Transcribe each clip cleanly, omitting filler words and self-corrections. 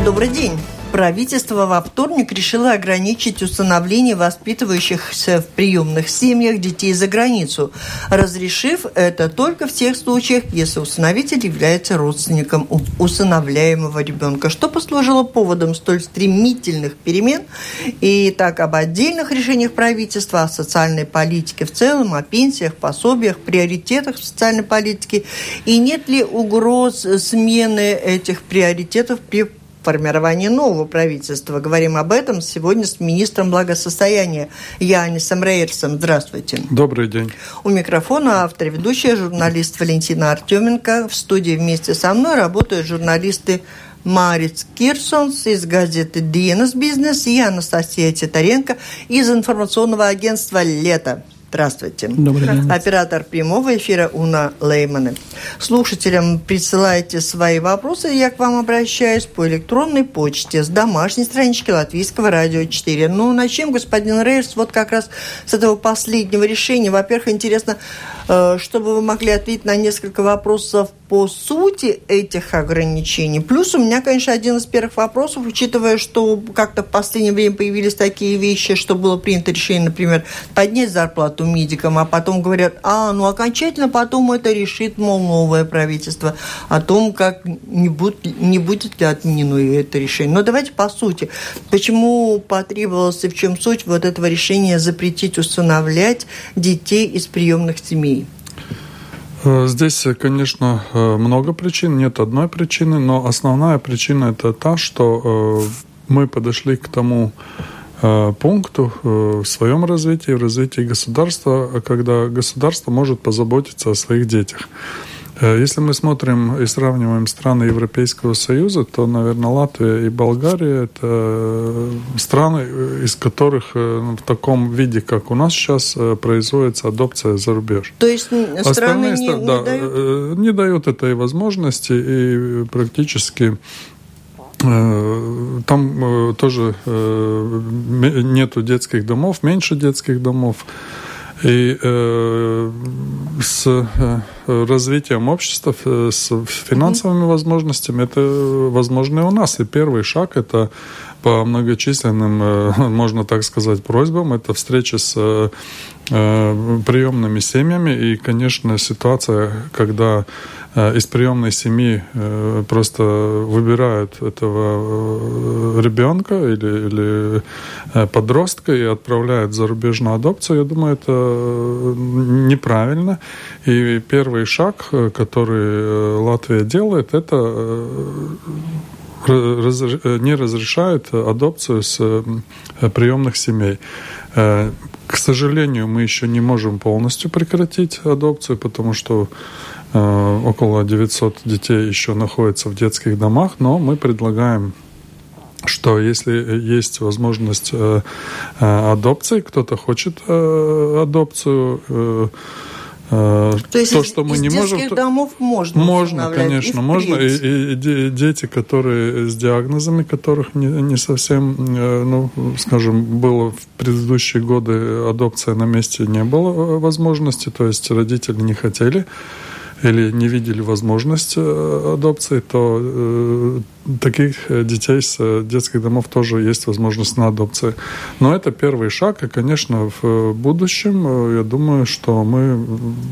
Добрый день. Правительство во вторник решило ограничить усыновление воспитывающихся в приемных семьях детей за границу, разрешив это только в тех случаях, если усыновитель является родственником усыновляемого ребенка, что послужило поводом столь стремительных перемен. И так об отдельных решениях правительства, о социальной политике в целом, о пенсиях, пособиях, приоритетах в социальной политике. И нет ли угроз смены этих приоритетов при формирование нового правительства. Говорим об этом сегодня с министром благосостояния Янисом Рейерсом. Здравствуйте. Добрый день. У микрофона автор и ведущая, журналист Валентина Артеменко. В студии вместе со мной работают журналисты Марис Кирсонс из газеты «Dienas Business» и Анастасия Титаренко из информационного агентства «Лето». Здравствуйте. Добрый день. Оператор прямого эфира Уна Леймане. Слушателям присылайте свои вопросы. Я к вам обращаюсь по электронной почте с домашней странички Латвийского радио 4. Ну, начнем, господин Рейерс, вот как раз с этого последнего решения. Во-первых, интересно, чтобы вы могли ответить на несколько вопросов по сути этих ограничений. Плюс у меня, конечно, один из первых вопросов, учитывая, что как-то в последнее время появились такие вещи, что было принято решение, например, поднять зарплату медикам, а потом говорят, окончательно потом это решит, мол, новое правительство, о том, как не будет ли отменено это решение. Но давайте по сути. Почему потребовалось и в чем суть вот этого решения запретить усыновлять детей из приемных семей? Здесь, конечно, много причин, нет одной причины, но основная причина это та, что мы подошли к тому пункту в своем развитии, в развитии государства, когда государство может позаботиться о своих детях. Если мы смотрим и сравниваем страны Европейского Союза, то, наверное, Латвия и Болгария – это страны, из которых в таком виде, как у нас сейчас, производится адопция за рубеж. То есть страны не дают этой возможности, и практически там тоже нету детских домов, меньше детских домов. И с развитием общества, с финансовыми возможностями, это возможно и у нас. И первый шаг – это по многочисленным, можно так сказать, просьбам, это встреча с приемными семьями. И, конечно, ситуация, когда из приемной семьи просто выбирают этого ребенка или подростка и отправляют в зарубежную адопцию, я думаю, это неправильно. И первый шаг, который Латвия делает, это не разрешает адопцию с приемных семей. К сожалению, мы еще не можем полностью прекратить адопцию, потому что около 900 детей еще находятся в детских домах, но мы предлагаем, что если есть возможность адопции, кто-то хочет адопцию, то есть что мы не можем... Из детских домов можно, конечно, можно. И дети, которые с диагнозами, которых не совсем, скажем, было в предыдущие годы адопция на месте, не было возможности, то есть родители не хотели или не видели возможность адопции, то таких детей с детских домов тоже есть возможность на адопцию. Но это первый шаг, и, конечно, в будущем, я думаю, что мы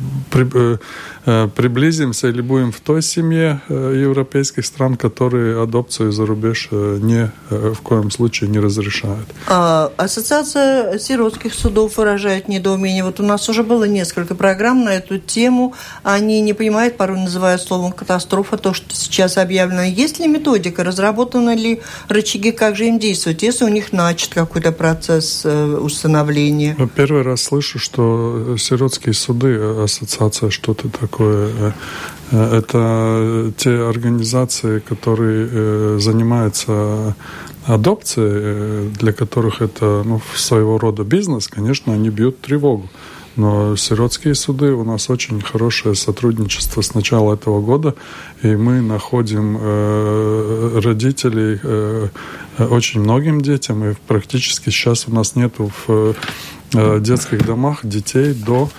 приблизимся или будем в той семье европейских стран, которые адопцию за рубеж ни в коем случае не разрешают. Ассоциация сиротских судов выражает недоумение. Вот у нас уже было несколько программ на эту тему. Они не понимают, порой называют словом «катастрофа» то, что сейчас объявлено. Есть ли методика, разработаны ли рычаги, как же им действовать, если у них начат какой-то процесс усыновления? Первый раз слышу, что сиротские суды, ассоциация, что-то такое. Это те организации, которые занимаются адопцией, для которых это своего рода бизнес, конечно, они бьют тревогу. Но сиротские суды, у нас очень хорошее сотрудничество с начала этого года, и мы находим родителей очень многим детям, и практически сейчас у нас нету в детских домах детей до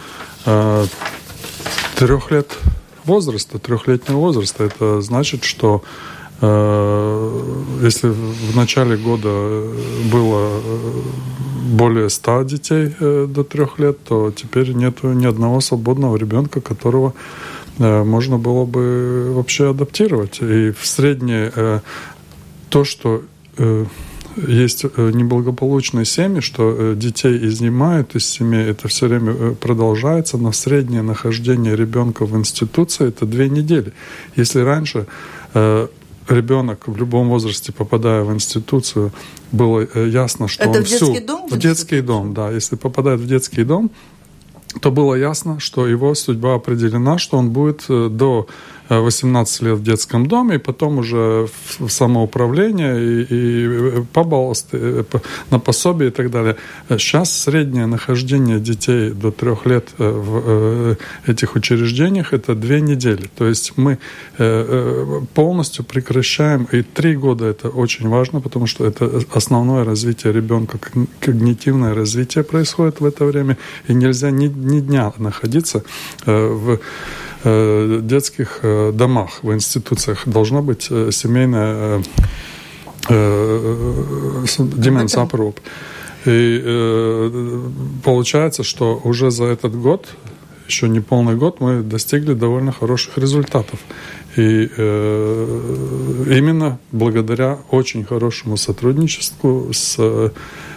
3 лет возраста, 3-летнего возраста. Это значит, что Если в начале года было более 100 детей до 3 лет, то теперь нет ни одного свободного ребенка, которого можно было бы вообще адаптировать. И в среднее то, что есть неблагополучные семьи, что детей изнимают из семей, это все время продолжается, но среднее нахождение ребенка в институции – это 2 недели. Если раньше ребенок в любом возрасте, попадая в институцию, было ясно, что это он в детский дом? В детский дом, да. Если попадает в детский дом, то было ясно, что его судьба определена, что он будет до 18 лет в детском доме, и потом уже в самоуправление, и на пособие и так далее. Сейчас среднее нахождение детей до 3 лет в этих учреждениях – это 2 недели. То есть мы полностью прекращаем, и 3 года – это очень важно, потому что это основное развитие ребенка, когнитивное развитие происходит в это время, и нельзя ни дня находиться в детских домах, в институциях. Должно быть семейная ģimenes aprūpe. И получается, что уже за этот год, еще не полный год, мы достигли довольно хороших результатов. И именно благодаря очень хорошему сотрудничеству с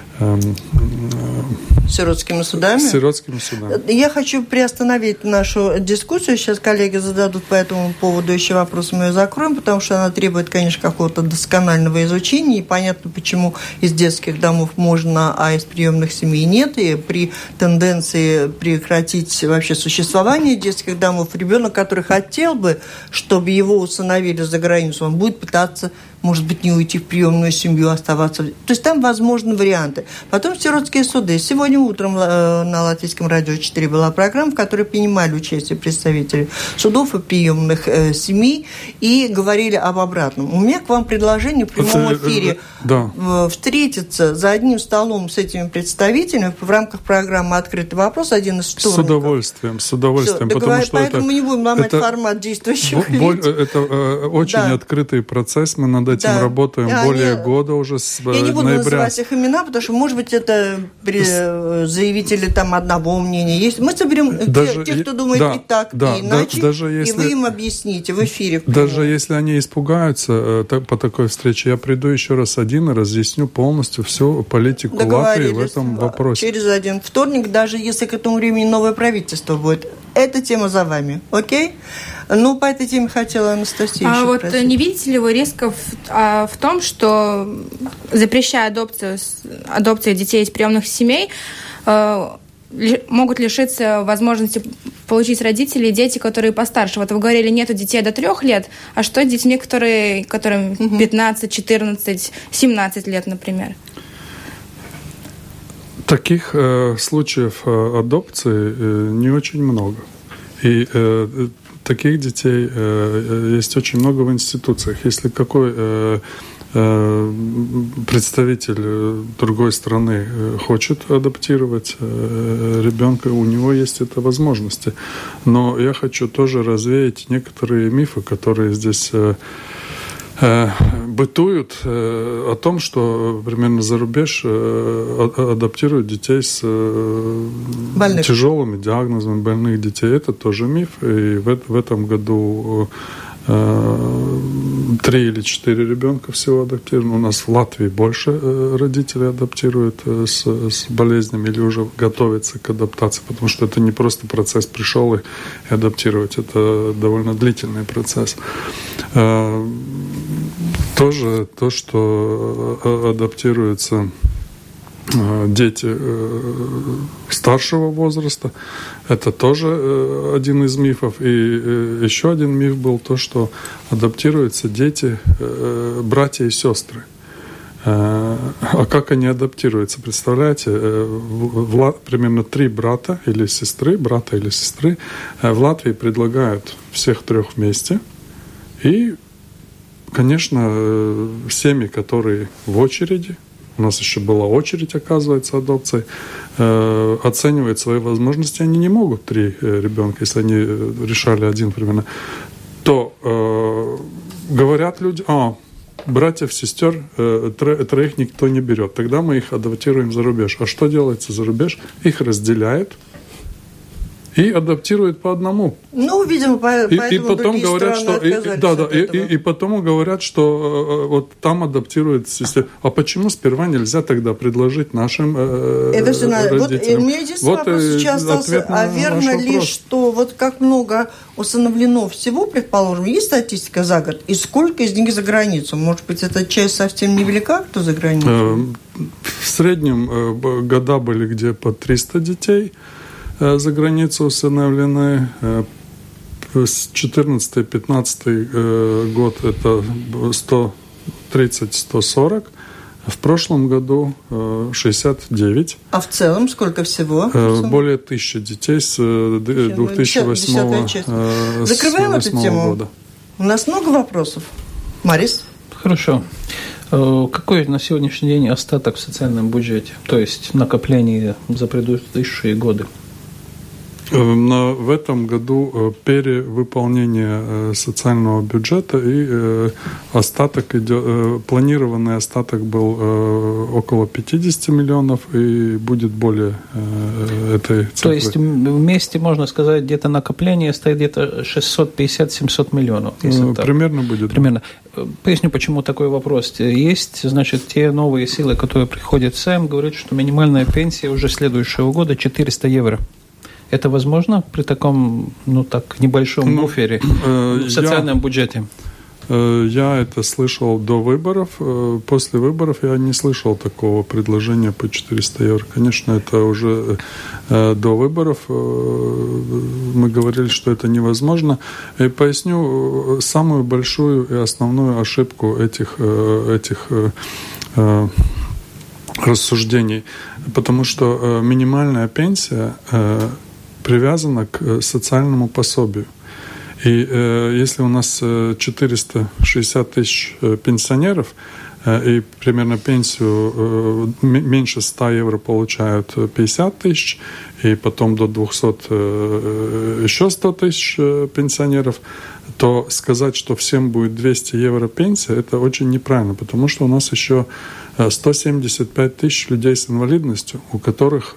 сиротскими судами? С сиротскими судами. Я хочу приостановить нашу дискуссию. Сейчас коллеги зададут по этому поводу еще вопросы, мы ее закроем, потому что она требует, конечно, какого-то досконального изучения. И понятно, почему из детских домов можно, а из приемных семей нет. И при тенденции прекратить вообще существование детских домов, ребенок, который хотел бы, чтобы его усыновили за границу, он будет пытаться, может быть, не уйти в приемную семью, оставаться. То есть там возможны варианты. Потом сиротские суды. Сегодня утром на Латвийском радио 4 была программа, в которой принимали участие представители судов и приемных семей и говорили об обратном. У меня к вам предложение в прямом эфире встретиться за одним столом с этими представителями в рамках программы «Открытый вопрос» один из вторников. С удовольствием. Потому что поэтому мы не будем ломать формат действующих лиц. Это очень открытый процесс. Мы над этим работаем более года уже с ноября. Я не буду называть их имена, потому что, может быть, это заявители там одного мнения есть. Мы соберем тех, кто думает и так, и иначе, и вы им объясните в эфире. Даже если они испугаются по такой встрече, я приду еще раз один и разъясню полностью всю политику Латвии в этом вопросе. Через один вторник, даже если к этому времени новое правительство будет. Эта тема за вами, окей? Ну, по этой теме хотела Анастасия еще вот спросить. Не видите ли вы рисков в том, что, запрещая адопцию детей из приемных семей, могут лишиться возможности получить родителей дети, которые постарше? Вот вы говорили, нету детей до 3 лет, а что с детьми, которым 15, 14, 17 лет, например? Таких случаев адопции не очень много. И таких детей есть очень много в институциях. Если какой представитель другой страны хочет адаптировать ребенка, у него есть эта возможность. Но я хочу тоже развеять некоторые мифы, которые здесь бытуют о том, что примерно за рубеж адаптируют детей с тяжелыми диагнозами, больных детей. Это тоже миф. И в этом году 3 или 4 ребенка всего адаптированы. У нас в Латвии больше родителей адаптируют с болезнями или уже готовятся к адаптации, потому что это не просто процесс пришел и адаптировать, это довольно длительный процесс. Тоже то, что адаптируются дети старшего возраста, это тоже один из мифов. И еще один миф был то, что адаптируются дети, братья и сестры. А как они адаптируются? Представляете, примерно 3 брата или сестры в Латвии предлагают всех 3 вместе. И, конечно, семьи, которые в очереди, у нас еще была очередь, оказывается, адопции, оценивают свои возможности, они не могут 3 ребенка, если они решали один примерно, то говорят люди, братьев, сестер, троих никто не берет. Тогда мы их адаптируем за рубеж. А что делается за рубеж? Их разделяют и адаптируют по одному. Видимо, поэтому и потом говорят, что и потом говорят, что вот там адаптируют систему. А почему сперва нельзя тогда предложить нашим это все родителям? Вот у меня единственный вопрос сейчас остался. А верно ли, что вот как много усыновлено всего, предположим, есть статистика за год, и сколько из них за границу? Может быть, эта часть совсем невелика, кто за границу? В среднем года были где по 300 детей за границу усыновлены. С 14-15 год это 130-140. В прошлом году 69. А в целом сколько всего? Более 1000 детей с 2008 Закрываем эту тему. Года. У нас много вопросов. Марис? Хорошо. Какой на сегодняшний день остаток в социальном бюджете? То есть накопление за предыдущие годы? Но в этом году перевыполнение социального бюджета и остаток идет, планированный остаток был около 50 миллионов и будет более этой цифры. То есть вместе, можно сказать, где-то накопление стоит где-то 650-700 миллионов. Примерно будет. Примерно. Поясню, почему такой вопрос. Есть, значит, те новые силы, которые приходят в Сейм, говорят, что минимальная пенсия уже следующего года 400 евро. Это возможно при таком, небольшом буфере в социальном бюджете? Я это слышал до выборов. После выборов я не слышал такого предложения по 400 евро. Конечно, это уже до выборов мы говорили, что это невозможно. И поясню самую большую и основную ошибку этих рассуждений. Потому что минимальная пенсия привязана к социальному пособию. И если у нас 460 тысяч пенсионеров, и примерно пенсию меньше 100 евро получают 50 тысяч, и потом до 200 еще 100 тысяч пенсионеров, то сказать, что всем будет 200 евро пенсия, это очень неправильно, потому что у нас еще 175 тысяч людей с инвалидностью, у которых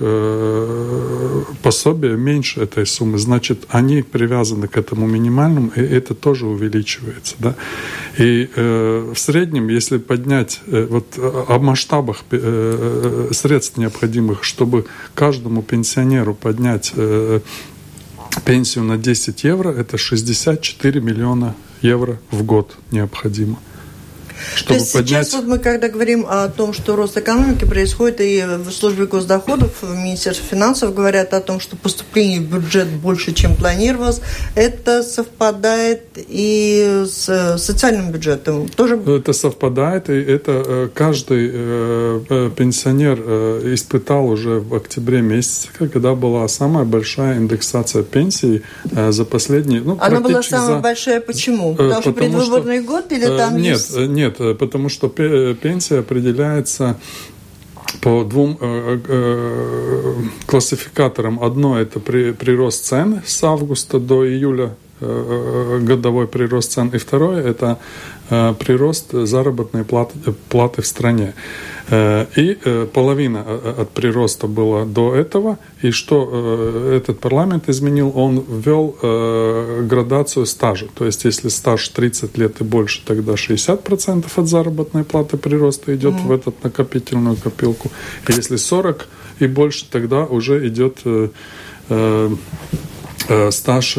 пособие меньше этой суммы. Значит, они привязаны к этому минимальному, и это тоже увеличивается. Да? И в среднем, если поднять о масштабах средств необходимых, чтобы каждому пенсионеру поднять пенсию на 10 евро, это 64 миллиона евро в год необходимо. То есть сейчас мы, когда говорим о том, что рост экономики происходит, и в службе госдоходов, в Министерстве финансов говорят о том, что поступление в бюджет больше, чем планировалось, это совпадает и с социальным бюджетом? Тоже... Это совпадает, и это каждый пенсионер испытал уже в октябре месяце, когда была самая большая индексация пенсий за последние... Она была самая большая почему? Потому что предвыборный год или там есть... Нет, потому что пенсия определяется по двум классификаторам. Одно – это прирост цен с августа до июля, годовой прирост цен. И второе – это прирост заработной платы в стране. И половина от прироста была до этого. И что этот парламент изменил? Он ввел градацию стажа. То есть, если стаж 30 лет и больше, тогда 60% от заработной платы прироста идет в эту накопительную копилку. И если 40 и больше, тогда уже идет стаж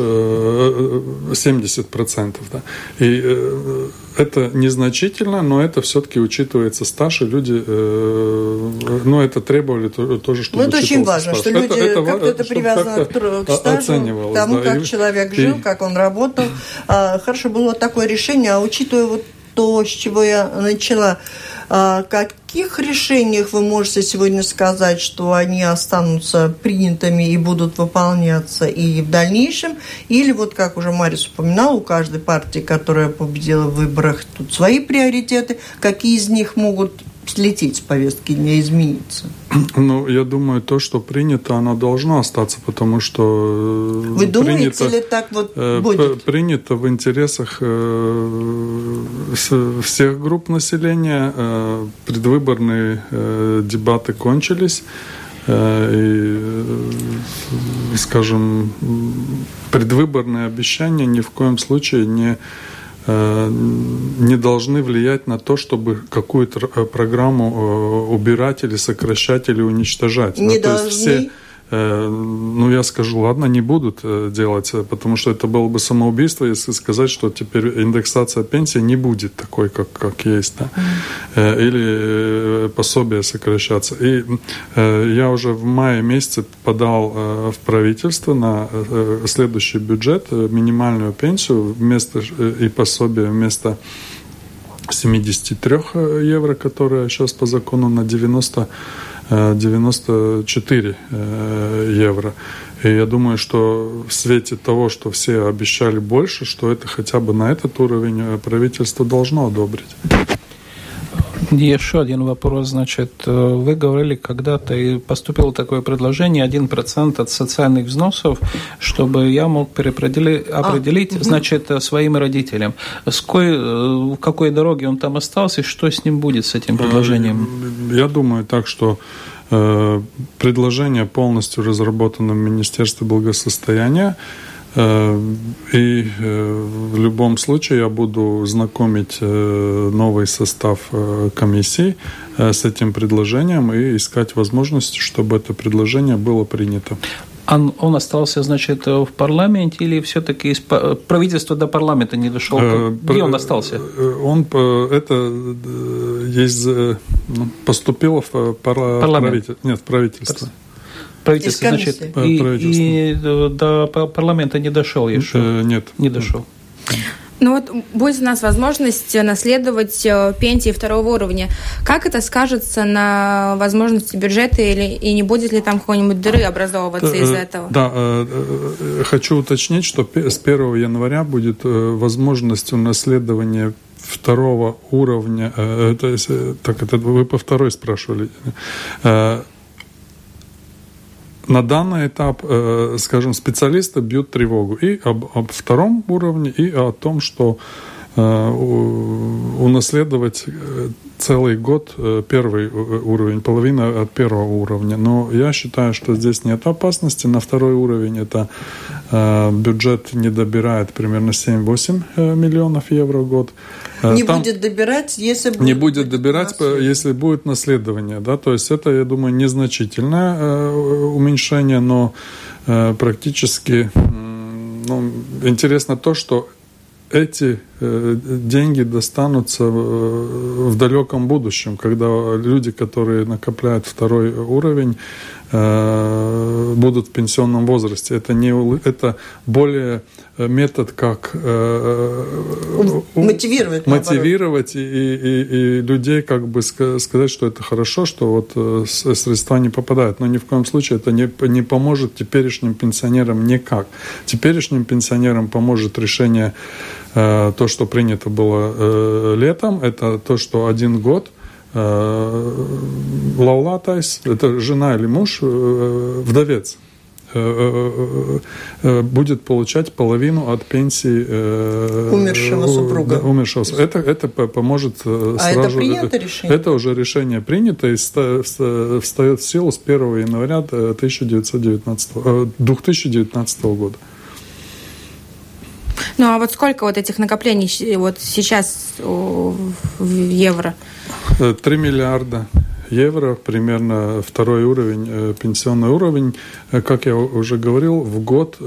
70%. Да. И это незначительно, но это все-таки учитывается стаж, и люди, это требовали тоже, чтобы это очень важно, стаж. Что люди, это привязано к стажу, к тому, как человек жил, как он работал. Хорошо, было такое решение, а учитывая вот то, с чего я начала, о каких решениях вы можете сегодня сказать, что они останутся принятыми и будут выполняться и в дальнейшем? Или вот, как уже Марис упоминал, у каждой партии, которая победила в выборах, тут свои приоритеты. Какие из них могут слететь с повестки дня, измениться? Ну, я думаю, то, что принято, оно должно остаться, потому что Вы думаете, ли так вот будет? Принято в интересах всех групп населения. Предвыборные дебаты кончились. И, скажем, предвыборные обещания ни в коем случае не должны влиять на то, чтобы какую-то программу убирать или сокращать или уничтожать. Не то должны? есть все, я скажу, ладно, не будут делать, потому что это было бы самоубийство, если сказать, что теперь индексация пенсии не будет такой, как есть, да? Или пособие сокращаться. И я уже в мае месяце подал в правительство на следующий бюджет минимальную пенсию вместо и пособие вместо 73 евро, которая сейчас по закону на 94 евро. И я думаю, что в свете того, что все обещали больше, что это хотя бы на этот уровень правительство должно одобрить. Еще один вопрос. Значит, вы говорили когда-то, и поступило такое предложение, 1% от социальных взносов, чтобы я мог определить, значит, своим родителям. В какой дороге он там остался, и что с ним будет, с этим предложением? Я думаю так, что предложение полностью разработано в Министерстве благосостояния. И в любом случае я буду знакомить новый состав комиссии с этим предложением и искать возможности, чтобы это предложение было принято. Он остался, значит, в парламенте или все-таки из правительства до парламента не дошел? Где он остался? Поступило в парламент. Нет, в правительство. Правительство, значит, и до парламента не дошел еще? Нет. Не дошел. Ну вот будет у нас возможность наследовать пенсии второго уровня. Как это скажется на возможности бюджета и не будет ли там какой-нибудь дыры образовываться из-за этого? Да, хочу уточнить, что с 1 января будет возможность унаследования второго уровня. Вы по второй спрашивали. На данный этап, скажем, специалисты бьют тревогу и об втором уровне, и о том, что унаследовать целый год первый уровень, половина от первого уровня. Но я считаю, что здесь нет опасности. На второй уровень это бюджет не добирает примерно 7-8 миллионов евро в год. Не будет добирать, если будет... Не будет добирать, если будет наследование. Да? То есть это, я думаю, незначительное уменьшение, но практически интересно то, что эти деньги достанутся в далеком будущем, когда люди, которые накопляют второй уровень, будут в пенсионном возрасте. Это более метод, как мотивировать и людей как бы сказать, что это хорошо, что вот средства не попадают. Но ни в коем случае это не поможет теперешним пенсионерам никак. Теперешним пенсионерам поможет решение то, что принято было летом, это то, что 1 год лаулатайс, это жена или муж, вдовец, будет получать половину от пенсии умершего супруга. Это поможет сразу. Это принято решение? Это уже решение принято и встает в силу с 1 января 2019 года. Ну, а вот сколько вот этих накоплений вот сейчас в евро? 3 миллиарда евро, примерно второй уровень, пенсионный уровень. Как я уже говорил, в год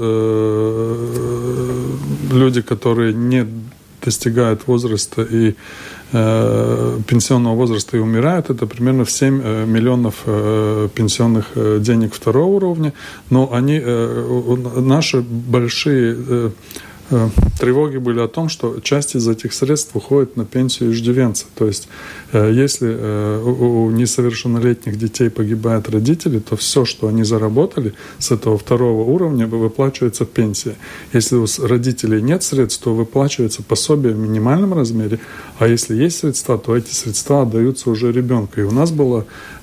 люди, которые не достигают возраста и пенсионного возраста и умирают, это примерно в 7 миллионов пенсионных денег второго уровня. Но они, наши большие тревоги были о том, что часть из этих средств уходит на пенсию иждивенца. То есть, если у несовершеннолетних детей погибают родители, то все, что они заработали с этого второго уровня, выплачивается в пенсии. Если у родителей нет средств, то выплачивается пособие в минимальном размере, а если есть средства, то эти средства отдаются уже ребенку. И у нас была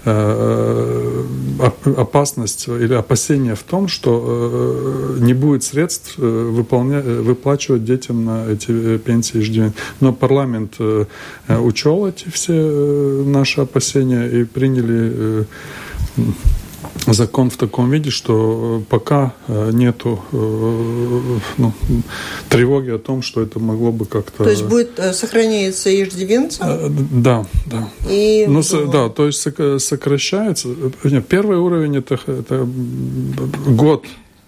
опасность или опасение в том, что не будет средств выплачивать детям на эти пенсии иждивенцев. Но парламент учел эти все наши опасения и приняли закон в таком виде, что пока нету тревоги о том, что это могло бы как-то... То есть будет сохраняется иждивенцам? Да. И... Да, то есть сокращается. Первый уровень это год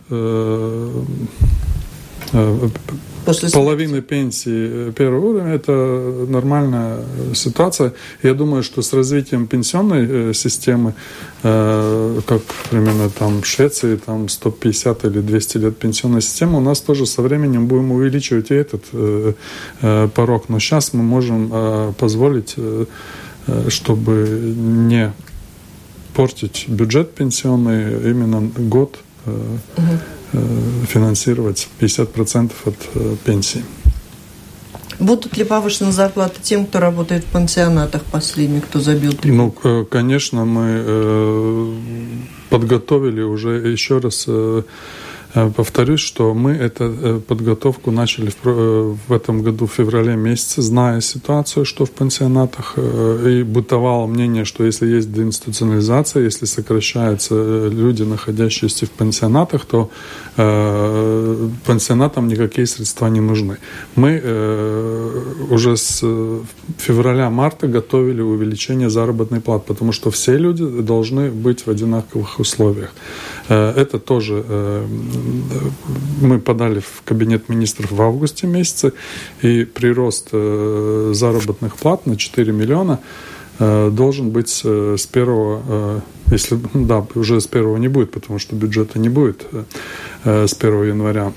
половины пенсии первого уровня – это нормальная ситуация. Я думаю, что с развитием пенсионной системы, как примерно там в Швеции, там 150 или 200 лет пенсионной системы, у нас тоже со временем будем увеличивать и этот порог. Но сейчас мы можем позволить, чтобы не портить бюджет пенсионный, именно год финансировать 50% от пенсии. Будут ли повышены зарплаты тем, кто работает в пансионатах последних, кто забил тревогу? Конечно, мы подготовили уже, еще раз повторюсь, что мы эту подготовку начали в этом году в феврале месяце, зная ситуацию, что в пансионатах, и бытовало мнение, что если есть деинституционализация, если сокращаются люди, находящиеся в пансионатах, то пансионатам никакие средства не нужны. Мы уже с февраля-марта готовили увеличение заработной платы, потому что все люди должны быть в одинаковых условиях. Это тоже мы подали в кабинет министров в августе месяце, и прирост заработных плат на 4 миллиона должен быть с первого, если, да, уже с первого не будет, потому что бюджета не будет с 1 января.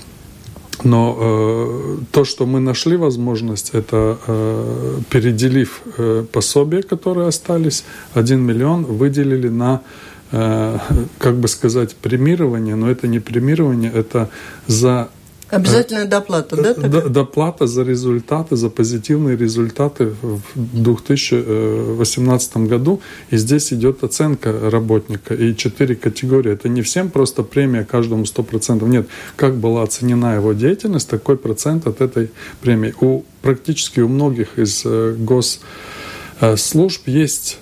Но то, что мы нашли возможность, это переделив пособия, которые остались, 1 миллион выделили на, как бы сказать, премирование, но это не премирование, это за... Обязательная доплата, да? Доплата за результаты, за позитивные результаты в 2018 году. И здесь идет оценка работника. И 4 категории. Это не всем просто премия каждому 100%. Нет, как была оценена его деятельность, такой процент от этой премии. Практически у многих из госслужб есть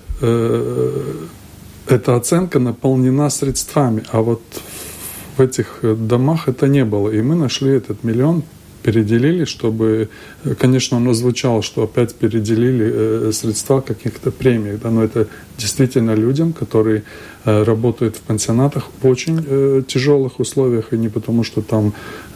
эта оценка наполнена средствами. А вот в этих домах это не было. И мы нашли этот миллион, переделили, чтобы, конечно, оно звучало, что опять переделили средства каких-то премий. Да, но это действительно людям, которые работают в пансионатах в очень тяжелых условиях, и не потому, что там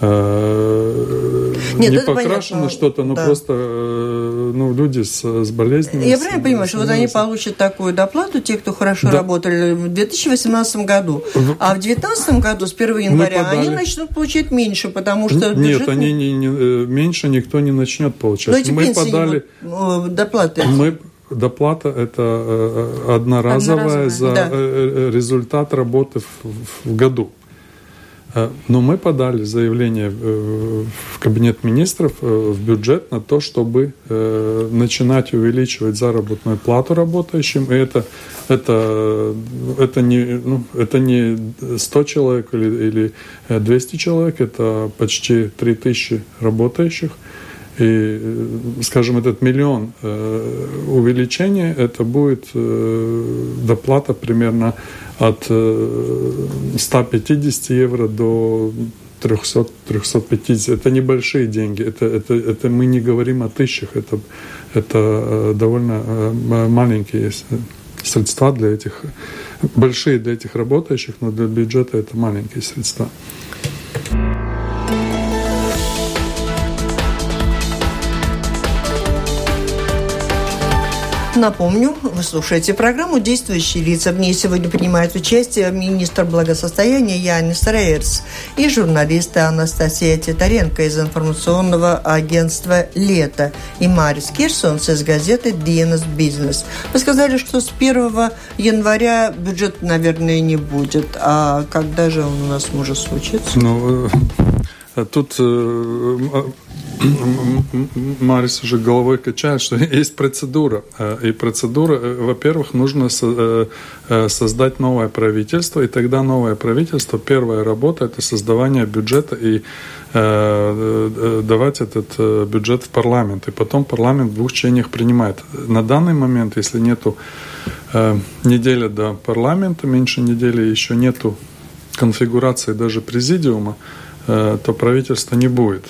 не покрашено что-то, но просто люди с болезнями. Я правильно понимаю, что вот они получат такую доплату, те, кто хорошо работали в 2018 году, а в 2019 году с 1 января они начнут получать меньше, потому что... Нет, они меньше никто не начнет получать. Мы подали... доплаты. Доплата – это одноразовая за результат работы в году. Но мы подали заявление в кабинет министров, в бюджет на то, чтобы начинать увеличивать заработную плату работающим. И это не 100 человек или 200 человек, это почти 3000 работающих. И, скажем, этот миллион увеличения, это будет доплата примерно от 150 евро до 300-350. Это небольшие деньги. Это мы не говорим о тысячах. Это довольно маленькие средства для этих, большие для этих работающих, но для бюджета это маленькие средства. Напомню, вы слушаете программу «Действующие лица». В ней сегодня принимают участие министр благосостояния Янис Рейерс и журналисты Анастасия Титаренко из информационного агентства «Лето» и Марис Кирсонс из газеты «Dienas Business». Вы сказали, что с 1 января бюджет, наверное, не будет. А когда же он у нас может случиться? Тут Марис уже головой качает, что есть процедура. И процедура, во-первых, нужно создать новое правительство, и тогда новое правительство, первая работа – это создавание бюджета и давать этот бюджет в парламент. И потом парламент в 2 чтениях принимает. На данный момент, если нету недели до парламента, меньше недели, еще нету конфигурации даже президиума, то правительства не будет.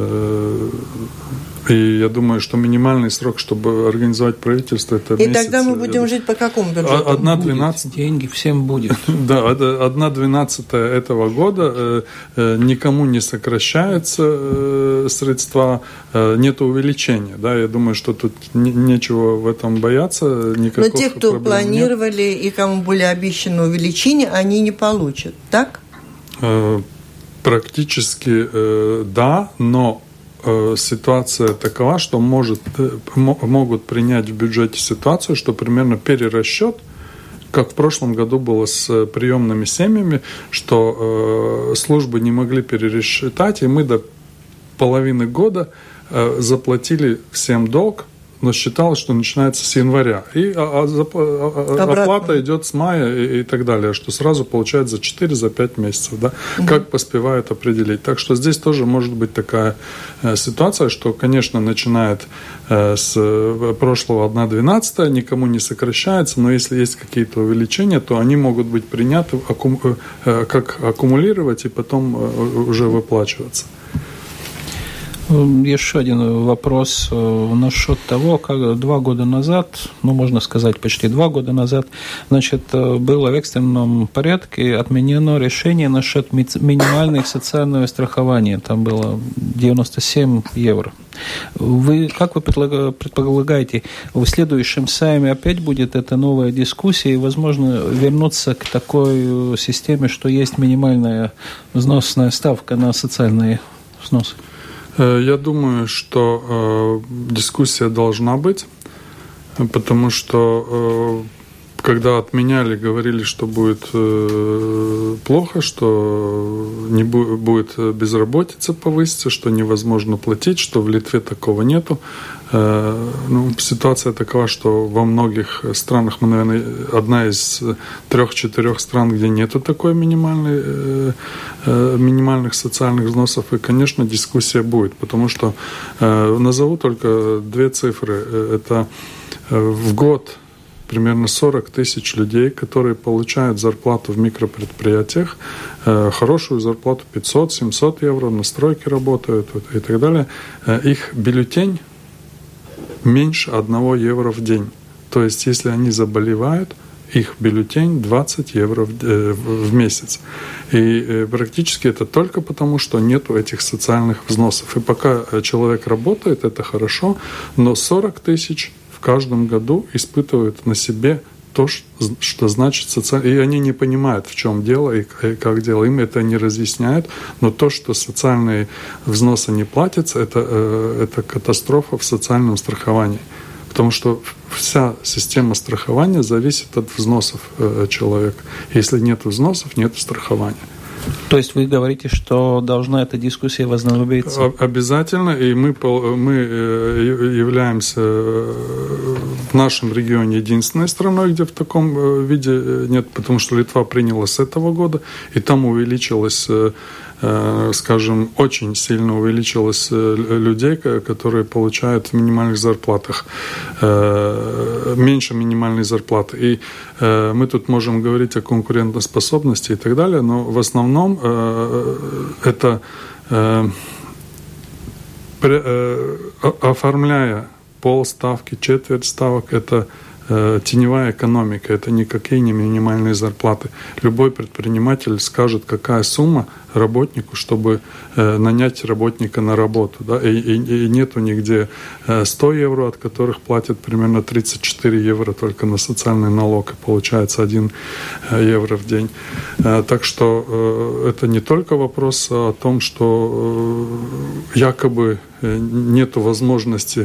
И я думаю, что минимальный срок, чтобы организовать правительство, это месяц. И тогда мы будем жить по какому бюджету? 1/12. Деньги всем будет. Да, 1/12 этого года. Никому не сокращаются средства, нет увеличения. Да, я думаю, что тут нечего в этом бояться. Но те, кто планировали и кому были обещаны увеличения, они не получат, так? Практически да, но ситуация такова, что могут принять в бюджете ситуацию, что примерно перерасчет, как в прошлом году было с приемными семьями, что службы не могли перерасчитать, и мы до половины года заплатили всем долг, но считалось, что начинается с января. И оплата идет с мая и так далее, что сразу получают за 4-5 месяцев. Да? Как поспевают определить. Так что здесь тоже может быть такая ситуация, что, конечно, начинает с прошлого 1/12, никому не сокращается, но если есть какие-то увеличения, то они могут быть приняты, как аккумулировать и потом уже выплачиваться. Еще один вопрос насчет того, как 2 года назад, можно сказать, почти 2 года назад, было в экстренном порядке отменено решение насчет минимального социального страхования. Там было 97 евро. Как вы предполагаете, в следующем сайме опять будет эта новая дискуссия и, возможно, вернуться к такой системе, что есть минимальная взносная ставка на социальные взносы? Я думаю, что дискуссия должна быть, потому что когда отменяли, говорили, что будет плохо, что не будет безработица повыситься, что невозможно платить, что в Литве такого нету. Ситуация такова, что во многих странах, мы, наверное, одна из 3-4 стран, где нету такой минимальных социальных взносов, и, конечно, дискуссия будет, потому что назову только 2 цифры. Это в год примерно 40 тысяч людей, которые получают зарплату в микропредприятиях, хорошую зарплату 500-700 евро, на стройке работают и так далее. Их бюллетень меньше 1 евро в день. То есть, если они заболевают, их бюллетень 20 евро в месяц. И практически это только потому, что нету этих социальных взносов. И пока человек работает, это хорошо, но 40 тысяч в каждом году испытывают на себе то, что значит социальный... И они не понимают, в чем дело и как дело. Им это не разъясняют. Но то, что социальные взносы не платятся, это катастрофа в социальном страховании. Потому что вся система страхования зависит от взносов человека. Если нет взносов, нет страхования. То есть вы говорите, что должна эта дискуссия возобновиться? Обязательно, и мы являемся в нашем регионе единственной страной, где в таком виде нет, потому что Литва приняла с этого года, и там увеличилось, скажем, очень сильно увеличилось людей, которые получают в минимальных зарплатах, меньше минимальной зарплаты. И мы тут можем говорить о конкурентоспособности и так далее, но в основном это оформляя полставки, четверть ставок, это теневая экономика, это никакие не минимальные зарплаты. Любой предприниматель скажет, какая сумма работнику, чтобы нанять работника на работу. Да? И нету нигде 100 евро, от которых платят примерно 34 евро только на социальный налог, и получается 1 евро в день. Так что это не только вопрос о том, что якобы нету возможности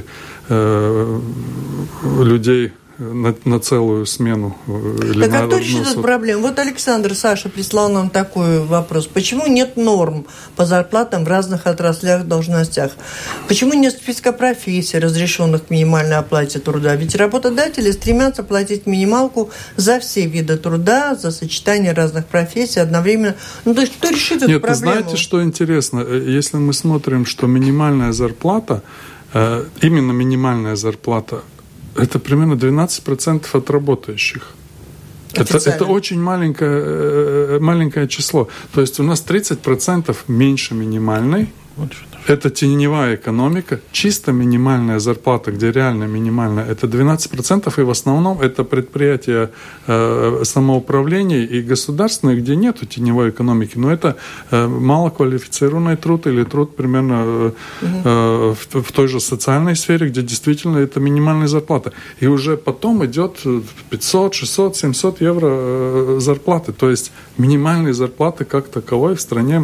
людей на целую смену. Так а кто решит эту проблему? Вот Александр, Саша прислал нам такой вопрос. Почему нет норм по зарплатам в разных отраслях, должностях? Почему нет списка профессий, разрешенных к минимальной оплате труда? Ведь работодатели стремятся платить минималку за все виды труда, за сочетание разных профессий одновременно. То есть кто решит эту проблему? Нет, знаете, что интересно? Если мы смотрим, что минимальная зарплата, именно минимальная зарплата, это примерно 12% от работающих. Это очень маленькое число. То есть у нас 30% меньше минимальной. Это теневая экономика. Чисто минимальная зарплата, где реально минимальная, это 12%. И в основном это предприятия самоуправления и государственные, где нет теневой экономики. Но это малоквалифицированный труд или труд примерно в той же социальной сфере, где действительно это минимальная зарплата. И уже потом идет 500, 600, 700 евро зарплаты. То есть минимальной зарплаты как таковой в стране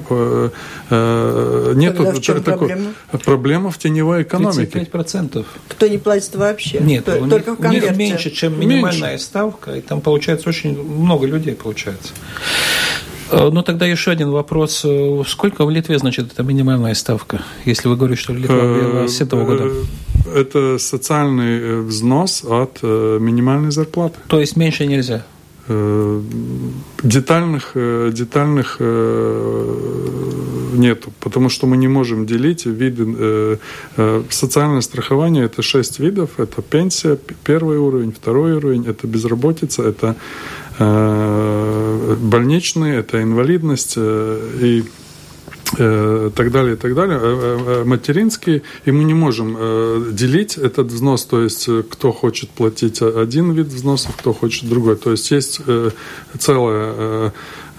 нету. Проблема в теневой экономике. 35%. Кто не платит вообще? Нет, только в у них меньше, чем минимальная ставка, и там получается очень много людей получается. Ну, тогда еще один вопрос. Сколько в Литве, значит, это минимальная ставка, если вы говорите, что Литва ввела с этого года? Это социальный взнос от минимальной зарплаты. То есть меньше нельзя? Детальных нету, потому что мы не можем делить виды. Социальное страхование – это 6 видов. Это пенсия, первый уровень, второй уровень, это безработица, это больничные, это инвалидность и так далее, и так далее, материнские, и мы не можем делить этот взнос, то есть кто хочет платить один вид взносов, кто хочет другой. То есть есть целая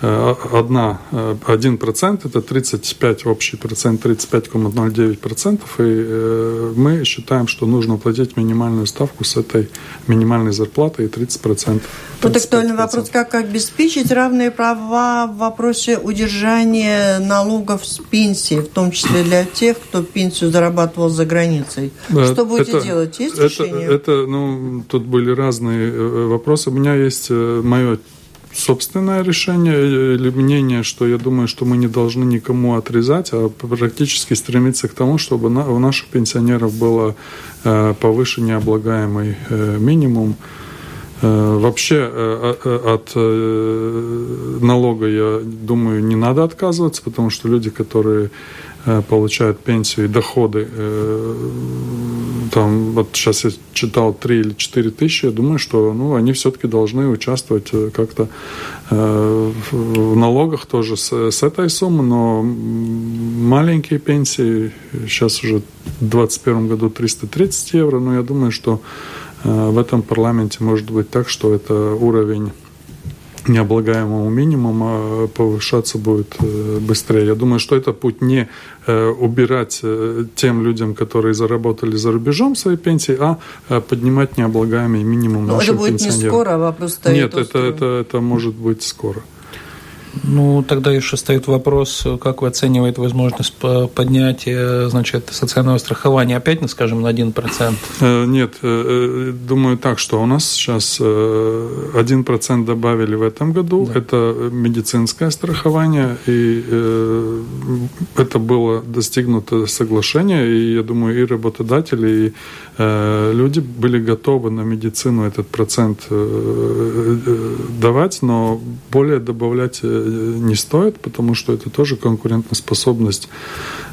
1%, это 35, общий процент 35,09%, и мы считаем, что нужно платить минимальную ставку с этой минимальной зарплаты и 30%. Вот актуальный вопрос, как обеспечить равные права в вопросе удержания налогов с пенсии, в том числе для тех, кто пенсию зарабатывал за границей. Что будете делать? Есть решение? Тут были разные вопросы. У меня есть мое собственное решение или мнение, что я думаю, что мы не должны никому отрезать, а практически стремиться к тому, чтобы у наших пенсионеров было повыше необлагаемый минимум. Вообще от налога, я думаю, не надо отказываться, потому что люди, которые получают пенсию и доходы, там, вот сейчас я читал 3 или 4 тысячи, я думаю, что они все-таки должны участвовать как-то в налогах тоже с этой суммы, но маленькие пенсии, сейчас уже в 2021 году 330 евро, но я думаю, что в этом парламенте может быть так, что это уровень необлагаемого минимума повышаться будет быстрее. Я думаю, что это путь не убирать тем людям, которые заработали за рубежом свои пенсии, а поднимать необлагаемый минимум наших пенсионеров. Это будет не скоро, вопрос стоит. Нет, это может быть скоро. Тогда еще стоит вопрос, как вы оцениваете возможность поднятия, значит, социального страхования опять, скажем, на 1%? Нет, думаю так, что у нас сейчас 1% добавили в этом году. Да. Это медицинское страхование, и это было достигнуто соглашение, и я думаю, и работодатели, и люди были готовы на медицину этот процент давать, но более добавлять не стоит, потому что это тоже конкурентоспособность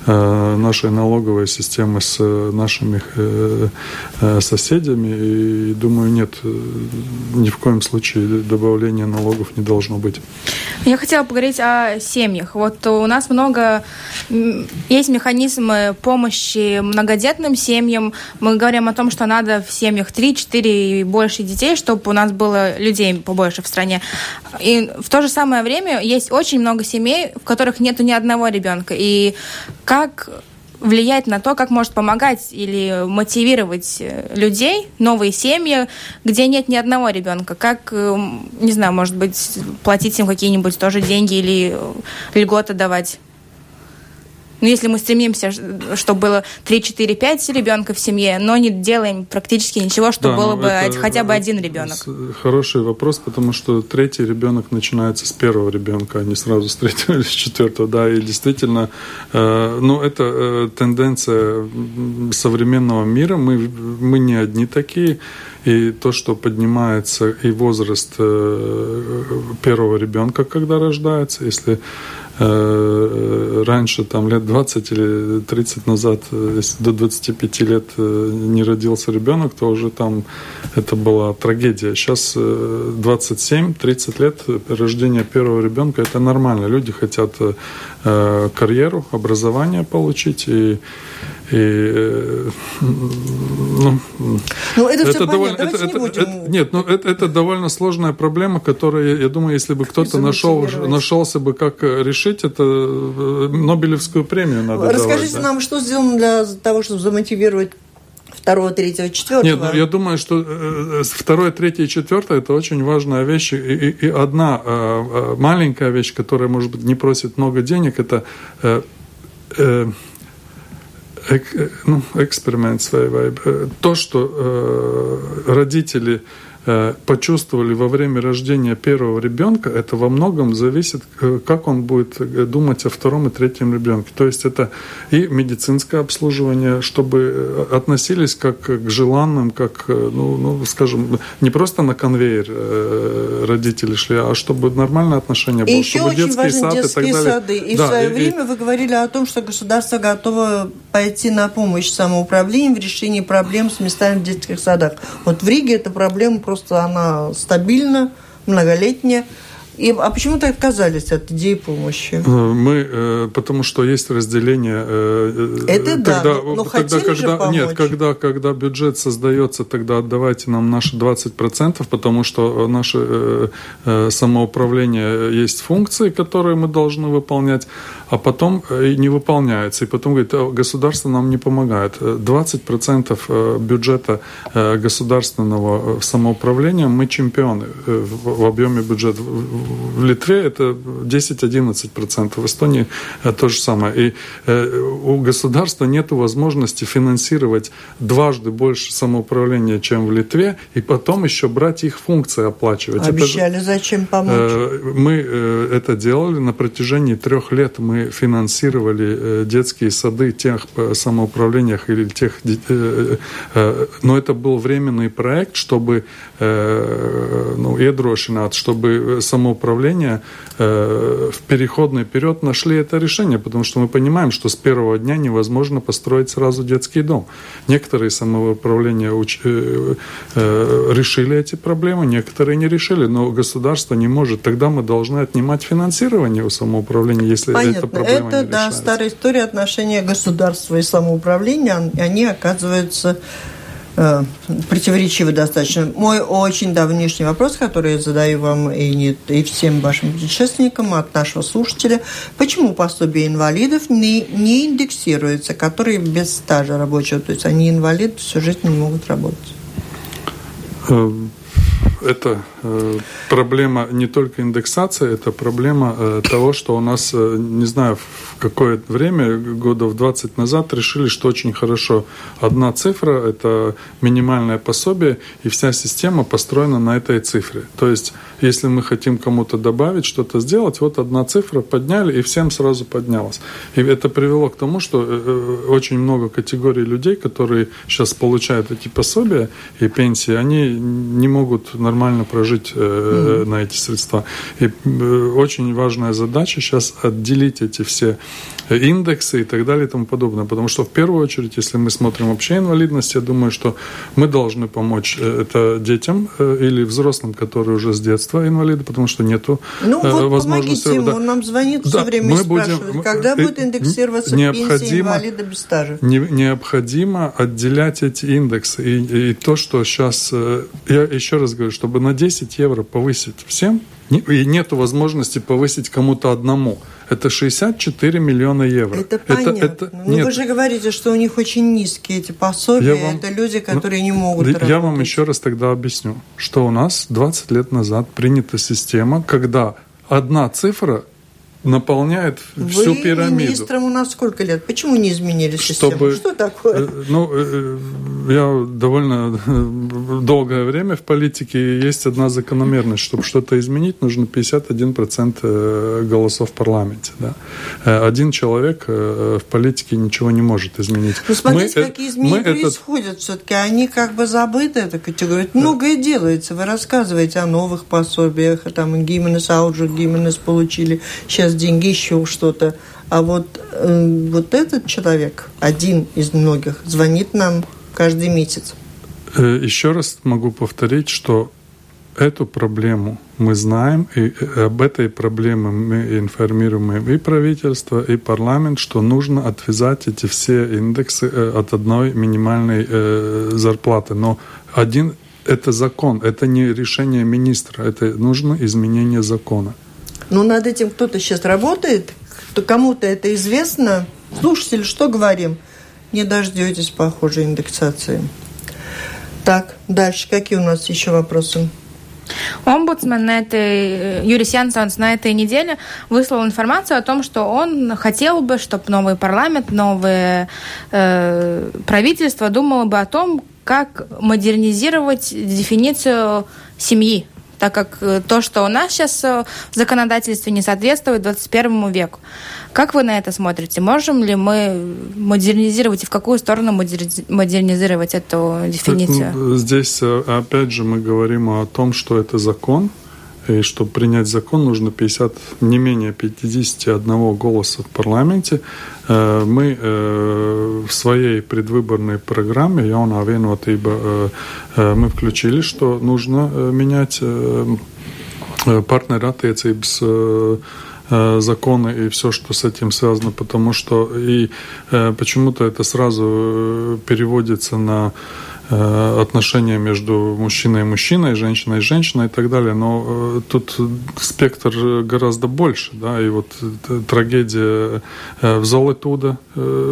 нашей налоговой системы с нашими соседями. И, думаю, нет, ни в коем случае добавления налогов не должно быть. Я хотела поговорить о семьях. Вот у нас есть механизмы помощи многодетным семьям. Мы говорим о том, что надо в семьях 3, 4 и больше детей, чтобы у нас было людей побольше в стране. И в то же самое время есть очень много семей, в которых нету ни одного ребенка. И как влиять на то, как может помогать или мотивировать людей, новые семьи, где нет ни одного ребенка? Как, не знаю, может быть, платить им какие-нибудь тоже деньги или льготы давать? Ну, если мы стремимся, чтобы было 3, 4, 5 ребенка в семье, но не делаем практически ничего, чтобы было бы хотя бы один ребенок. Хороший вопрос, потому что 3-й ребенок начинается с 1-го ребенка, а не сразу с 3-го или с 4-го. Да, и действительно, это тенденция современного мира. Мы не одни такие. И то, что поднимается и возраст 1-го ребенка, когда рождается, если раньше, там, лет 20 или 30 назад, если до 25 лет не родился ребенок, то уже там это была трагедия. Сейчас 27-30 лет рождения 1-го ребенка – это нормально. Люди хотят карьеру, образование получить, это все понятно. Это довольно сложная проблема, которая, я думаю, если бы кто-то нашелся бы, как решить, это Нобелевскую премию надо давать. Расскажите нам, что сделано для того, чтобы замотивировать 2, 3, 4. Нет, я думаю, что 2, 3 и 4 это очень важная вещь. И одна маленькая вещь, которая, может быть, не просит много денег, это эксперимент. То, что родители почувствовали во время рождения 1-го ребенка, это во многом зависит, как он будет думать о 2-м и 3-м ребенке. То есть это и медицинское обслуживание, чтобы относились как к желанным, как, скажем, не просто на конвейер родители шли, а чтобы нормальное отношение было. И еще очень важны детские сады. И в свое время вы говорили о том, что государство готово пойти на помощь самоуправлению в решении проблем с местами в детских садах. Вот в Риге эта проблема просто она стабильна, многолетняя. А почему так отказались от идеи помощи? Потому что есть разделение. Это да, но хотели же помочь. Нет, когда бюджет создается, тогда отдавайте нам наши 20%, потому что наше самоуправление есть функции, которые мы должны выполнять, а потом и не выполняются. И потом говорит, государство нам не помогает. 20% бюджета государственного самоуправления мы чемпионы в объеме бюджета. В Литве это 10-11%, в Эстонии то же самое. И у государства нет возможности финансировать дважды больше самоуправления, чем в Литве, и потом еще брать их функции, оплачивать. Обещали, зачем помочь? Мы это делали на протяжении 3 лет. Мы финансировали детские сады тех самоуправлениях или тех... Но это был временный проект, чтобы чтобы самоуправление в переходный период нашли это решение, потому что мы понимаем, что с 1-го дня невозможно построить сразу детский дом. Некоторые самоуправления решили эти проблемы, некоторые не решили, но государство не может. Тогда мы должны отнимать финансирование у самоуправления, если эта проблема не решается. Это, старая история отношения государства и самоуправления, они оказываются противоречивы достаточно. Мой очень давнишний вопрос, который я задаю вам и всем вашим предшественникам от нашего слушателя. Почему пособие инвалидов не индексируется, которые без стажа рабочего? То есть они инвалиды, всю жизнь не могут работать. Это проблема не только индексации, это проблема того, что у нас, не знаю, в какое время, годов 20 назад, решили, что очень хорошо. Одна цифра – это минимальное пособие, и вся система построена на этой цифре. То есть, если мы хотим кому-то добавить, что-то сделать, вот одна цифра подняли, и всем сразу поднялось. И это привело к тому, что очень много категорий людей, которые сейчас получают эти пособия и пенсии, они не могут нормально прожить на эти средства. И очень важная задача сейчас отделить эти все индексы и так далее и тому подобное. Потому что в первую очередь, если мы смотрим вообще инвалидность, я думаю, что мы должны помочь это детям или взрослым, которые уже с детства инвалиды, потому что нету возможности... Помогите ему, он нам звонит все время и спрашивает, когда будет индексироваться пенсия инвалида без стажа. Необходимо отделять эти индексы. И то, что сейчас... Я еще раз говорю, чтобы на 10 евро повысить всем, и нет возможности повысить кому-то одному. Это 64 миллиона евро. Это понятно. Но вы же говорите, что у них очень низкие эти пособия. Это люди, которые не могут работать. Я вам еще раз тогда объясню, что у нас 20 лет назад принята система, когда одна цифра наполняет всю пирамиду. Вы министром у нас сколько лет? Почему не изменили систему? Что такое? Я довольно долгое время в политике. Есть одна закономерность. Чтобы что-то изменить, нужно 51% голосов в парламенте. Да? Один человек в политике ничего не может изменить. Ну, смотрите, какие изменения происходят все-таки. Они как бы забыты, эта категория. Многое делается. Вы рассказываете о новых пособиях. Там Гименес, Ауджи Гименес получили. Сейчас деньги, еще что-то. А вот этот человек, один из многих, звонит нам каждый месяц. Еще раз могу повторить, что эту проблему мы знаем, и об этой проблеме мы информируем и правительство, и парламент, что нужно отвязать эти все индексы от одной минимальной зарплаты. Но это закон, это не решение министра, это нужно изменение закона. Ну, над этим кто-то сейчас работает, кому-то это известно. Слушатели, что говорим? Не дождетесь, похоже, индексации. Так, дальше. Какие у нас еще вопросы? Омбудсмен Юрис Янсонс на этой неделе выслал информацию о том, что он хотел бы, чтобы новый парламент, новое правительство думало бы о том, как модернизировать дефиницию семьи, так как то, что у нас сейчас в законодательстве, не соответствует 21 веку. Как вы на это смотрите? Можем ли мы модернизировать и в какую сторону модернизировать эту дефиницию? Здесь, опять же, мы говорим о том, что это закон, и чтобы принять закон, нужно не менее 51 голоса в парламенте. Мы в своей предвыборной программе «Jaunā vienotība» мы включили, что нужно менять партнератtiecības законы и все, что с этим связано, потому что и почему-то это сразу переводится на отношения между мужчиной и мужчиной, женщиной и женщиной и так далее. Но тут спектр гораздо больше. Да? И вот трагедия в Золотуда,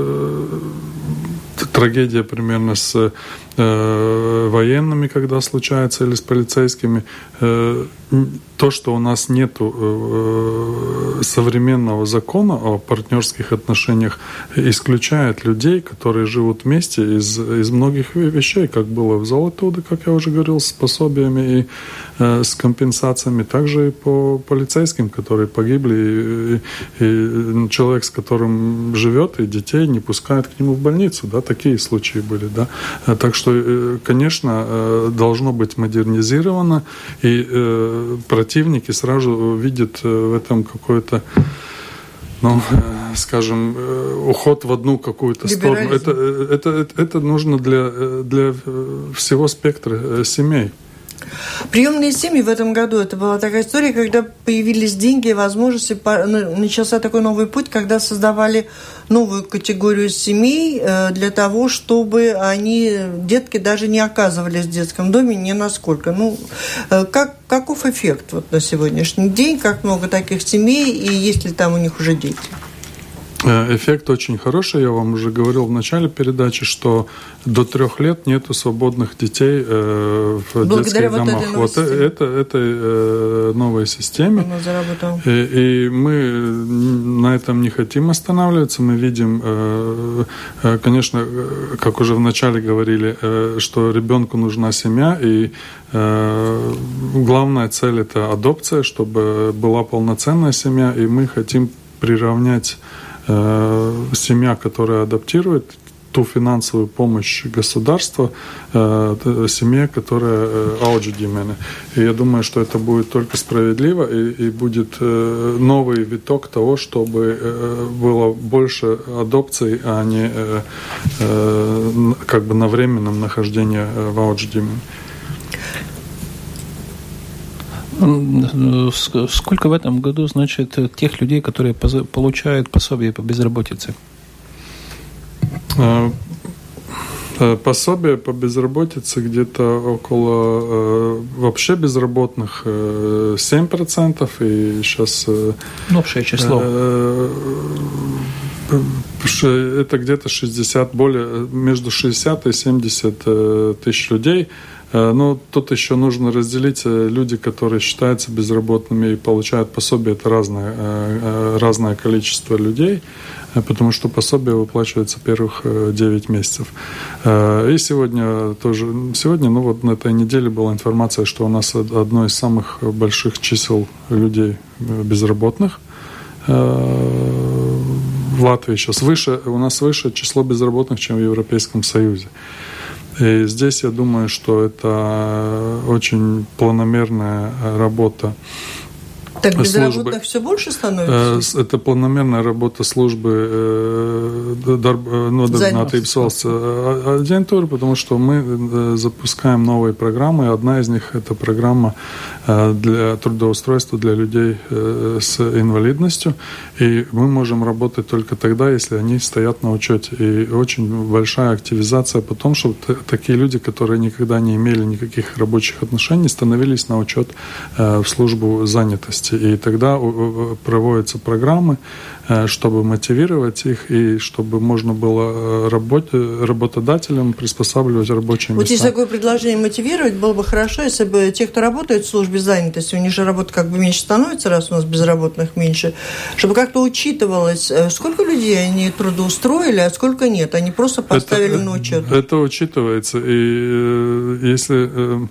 трагедия примерно с военными, когда случается, или с полицейскими. То, что у нас нет современного закона о партнерских отношениях, исключает людей, которые живут вместе из многих вещей, как было в Золотуде, как я уже говорил, с пособиями и с компенсациями, также и по полицейским, которые погибли, и человек, с которым живет, и детей не пускают к нему в больницу. Да, такие случаи были. Да. Так что, конечно, должно быть модернизировано, и противники сразу видят в этом какой-то, скажем, уход в одну какую-то сторону. Это нужно для всего спектра семей. Приемные семьи в этом году, это была такая история, когда появились деньги и возможности, начался такой новый путь, когда создавали новую категорию семей для того, чтобы детки даже не оказывались в детском доме ни насколько. Каков эффект вот на сегодняшний день, как много таких семей и есть ли там у них уже дети? Эффект очень хороший. Я вам уже говорил в начале передачи, что до 3 лет нету свободных детей в детских домах. Вот этой новой системе. И мы на этом не хотим останавливаться. Мы видим, конечно, как уже в начале говорили, что ребенку нужна семья, и главная цель – это адопция, чтобы была полноценная семья, и мы хотим приравнять семья, которая адаптирует, ту финансовую помощь государства семье, которая auģu ģimene. И я думаю, что это будет только справедливо и будет новый виток того, чтобы было больше адопций, а не как бы на временном нахождении в auģu ģimene. Сколько в этом году, значит, тех людей, которые получают пособие по безработице? Пособие по безработице где-то около вообще безработных 7%, и сейчас... Общее число. Это где-то 60, между 60 и 70 тысяч людей. Но тут еще нужно разделить люди, которые считаются безработными и получают пособие. Это разное количество людей, потому что пособие выплачивается первых 9 месяцев. И сегодня, ну вот на этой неделе была информация, что у нас одно из самых больших чисел людей безработных в Латвии сейчас у нас выше число безработных, чем в Европейском Союзе. И здесь я думаю, что это очень планомерная работа. Так безработных все больше становится? Это планомерная работа службы Nodarbinātības агентуры, потому что мы запускаем новые программы. И одна из них – это программа для трудоустройства для людей с инвалидностью. И мы можем работать только тогда, если они стоят на учете. И очень большая активизация потом, чтобы такие люди, которые никогда не имели никаких рабочих отношений, становились на учет в службу занятости. И тогда проводятся программы, чтобы мотивировать их и чтобы можно было работодателям приспосабливать рабочие места. Вот есть такое предложение мотивировать, было бы хорошо, если бы те, кто работает в службе занятости, у них же работа как бы меньше становится, раз у нас безработных меньше, чтобы как-то учитывалось, сколько людей они трудоустроили, а сколько нет, они просто поставили на учет. Это учитывается, и если...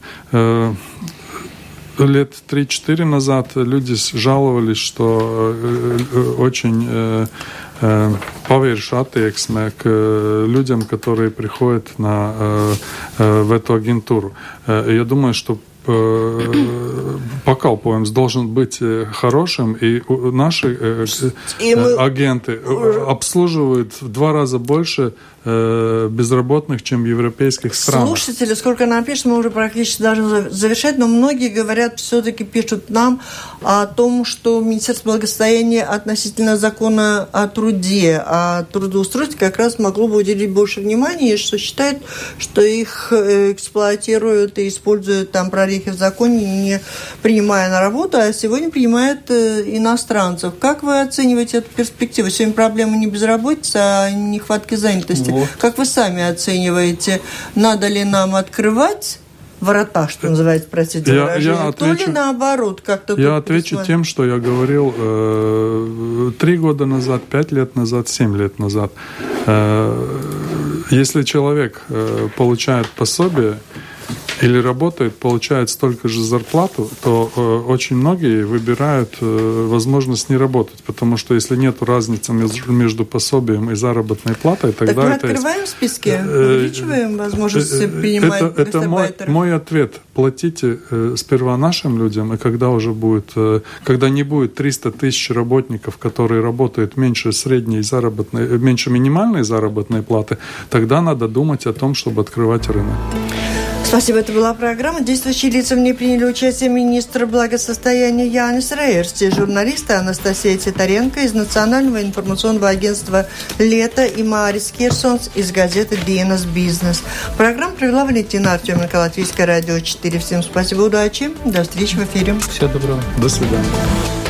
Лет 3-4 назад люди жаловались, что очень павērša attieksme к людям, которые приходят в эту агентуру. Я думаю, что pakalpojums должен быть хорошим, и наши агенты обслуживают в 2 раза больше безработных, чем в европейских странах. Слушатели, сколько нам пишут, мы уже практически должны завершать, но многие говорят, все-таки пишут нам о том, что Министерство благосостояния относительно закона о труде, о трудоустройстве как раз могло бы уделить больше внимания, и что считает, что их эксплуатируют и используют там прорехи в законе, не принимая на работу, а сегодня принимают иностранцев. Как вы оцениваете эту перспективу? Сегодня проблема не безработицы, а нехватки занятости. Вот. Как вы сами оцениваете, надо ли нам открывать ворота, что называется, простите выражение, то ли наоборот как-то... Я отвечу тем, что я говорил 3 года назад, 5 лет назад, 7 лет назад. Если человек получает пособие или работает, получает столько же зарплату, то очень многие выбирают возможность не работать, потому что если нет разницы между пособием и заработной платой, тогда так мы открываем списки, увеличиваем возможность принимать гастарбайтеров. Это мой ответ. Платите сперва нашим людям, и когда уже будет, когда не будет 300 тысяч работников, которые работают меньше средней заработной, меньше минимальной заработной платы, тогда надо думать о том, чтобы открывать рынок. Спасибо, это была программа. Действующие лица в ней приняли участие министр благосостояния Jānis Reiers, журналисты Анастасия Титаренко из Национального информационного агентства «Лето» и Марис Кирсонс из газеты «Dienas Бизнес». Программу провела Валентина Артеменко, Латвийское радио 4. Всем спасибо, удачи, до встречи в эфире. Всего доброго. До свидания.